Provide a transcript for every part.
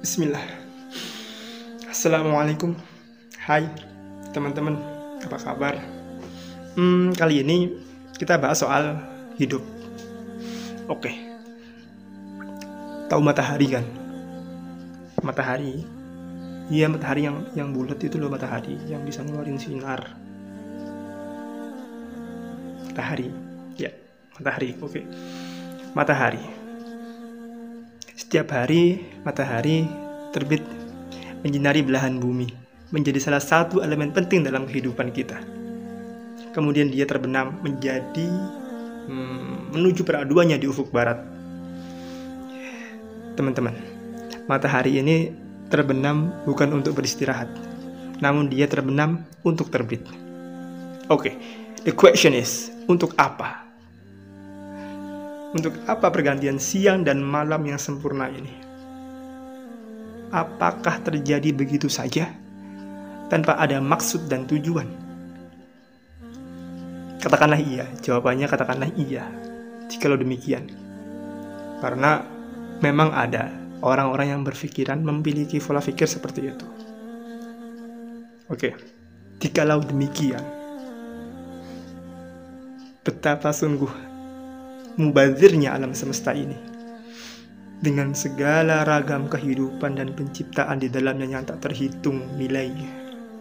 Bismillah. Assalamualaikum. Hai teman-teman, apa kabar? Kali ini kita bahas soal hidup. Oke. Tahu matahari kan? Matahari. Iya, matahari yang bulat itu loh, matahari yang bisa ngeluarin sinar. Matahari. Ya, matahari. Oke. Matahari. Setiap hari matahari terbit menyinari belahan bumi, menjadi salah satu elemen penting dalam kehidupan kita. Kemudian dia terbenam menjadi menuju peraduannya di ufuk barat. Teman-teman, matahari ini terbenam bukan untuk beristirahat, namun dia terbenam untuk terbit. Oke, the question is, untuk apa? Untuk apa pergantian siang dan malam yang sempurna ini? Apakah terjadi begitu saja, tanpa ada maksud dan tujuan? Katakanlah iya, jawabannya katakanlah iya, jikalau demikian. Karena memang ada orang-orang yang berpikiran memiliki pola pikir seperti itu. Oke, jikalau demikian, betapa sungguh mubazirnya alam semesta ini, dengan segala ragam kehidupan dan penciptaan di dalamnya yang tak terhitung nilainya.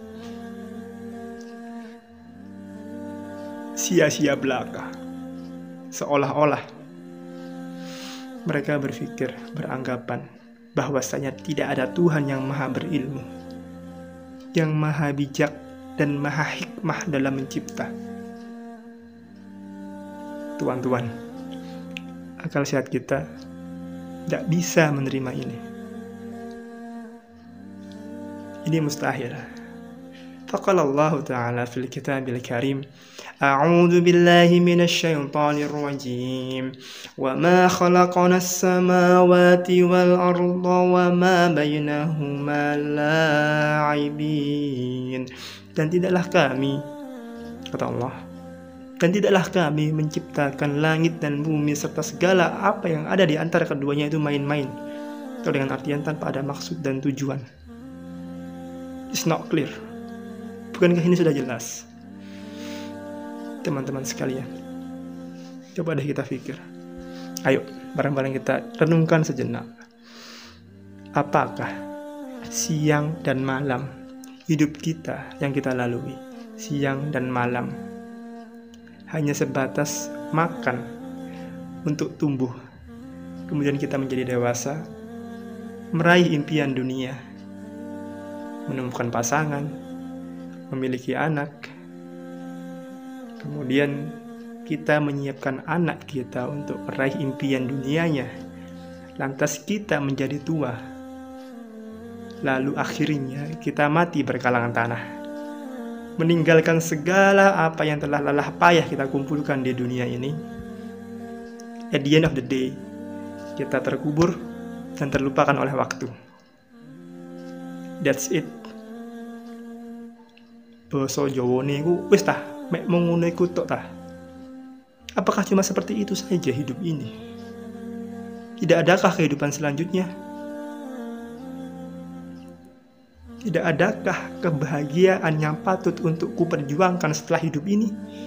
Sia-sia belaka, seolah-olah mereka berpikir, beranggapan bahwasanya tidak ada Tuhan yang maha berilmu, yang maha bijak dan maha hikmah dalam mencipta. Tuan-tuan, akal sehat kita tidak bisa menerima ini. Ini mustahil. Faqala Allah Ta'ala fil kitabil karim, A'udzu billahi minasy syaithanir rajim. Wa ma khalaqnas samawati wal arda wa ma bainahuma la'ibin. Dan tidaklah kami, kata Allah, dan tidaklah kami menciptakan langit dan bumi serta segala apa yang ada di antara keduanya itu main-main, atau dengan artian tanpa ada maksud dan tujuan. It's not clear. Bukankah ini sudah jelas? Teman-teman sekalian, coba deh kita pikir. Ayo, bareng-bareng kita renungkan sejenak. Apakah siang dan malam hidup kita yang kita lalui, siang dan malam, hanya sebatas makan untuk tumbuh, kemudian kita menjadi dewasa, meraih impian dunia, menemukan pasangan, memiliki anak, kemudian kita menyiapkan anak kita untuk meraih impian dunianya, lantas kita menjadi tua, lalu akhirnya kita mati berkalangan tanah, meninggalkan segala apa yang telah lelah payah kita kumpulkan di dunia ini. At the end of the day, kita terkubur dan terlupakan oleh waktu. That's it. Basa Jawane iku wis tah, mek mung ngono iku tok tah. Apakah cuma seperti itu saja hidup ini? Tidak adakah kehidupan selanjutnya? Tidak adakah kebahagiaan yang patut untuk kuperjuangkan setelah hidup ini?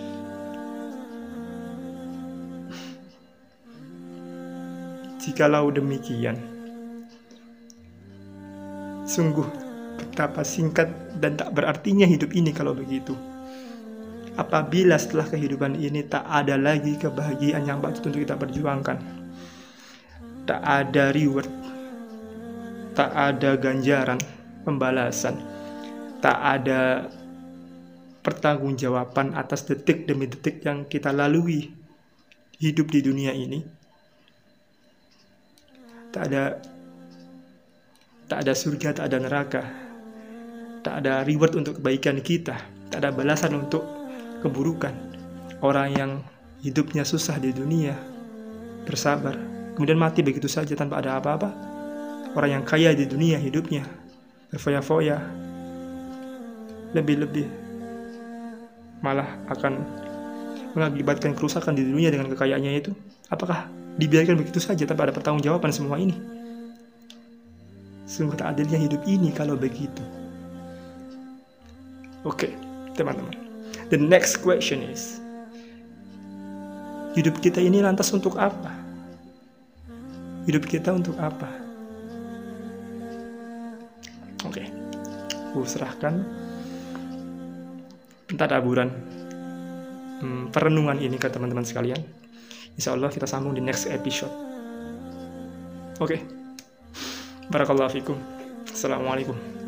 Jikalau demikian, sungguh betapa singkat dan tak berartinya hidup ini kalau begitu. Apabila setelah kehidupan ini tak ada lagi kebahagiaan yang patut untuk kita perjuangkan, tak ada reward, tak ada ganjaran, pembalasan, tak ada pertanggungjawaban atas detik demi detik yang kita lalui hidup di dunia ini. Tak ada surga, tak ada neraka, tak ada reward untuk kebaikan kita, tak ada balasan untuk keburukan. Orang yang hidupnya susah di dunia, bersabar, kemudian mati begitu saja tanpa ada apa-apa. Orang yang kaya di dunia hidupnya berfoya-foya, lebih-lebih malah akan mengakibatkan kerusakan di dunia dengan kekayaannya itu. Apakah dibiarkan begitu saja tanpa ada pertanggungjawaban semua ini? Sungguh tak adilnya hidup ini kalau begitu. Oke, teman-teman. The next question is, hidup kita ini lantas untuk apa? Hidup kita untuk apa? Oke, aku serahkan pentadaburan perenungan ini ke teman-teman sekalian. Insya Allah kita sambung di next episode. Oke. Barakallahu fikum. Assalamualaikum.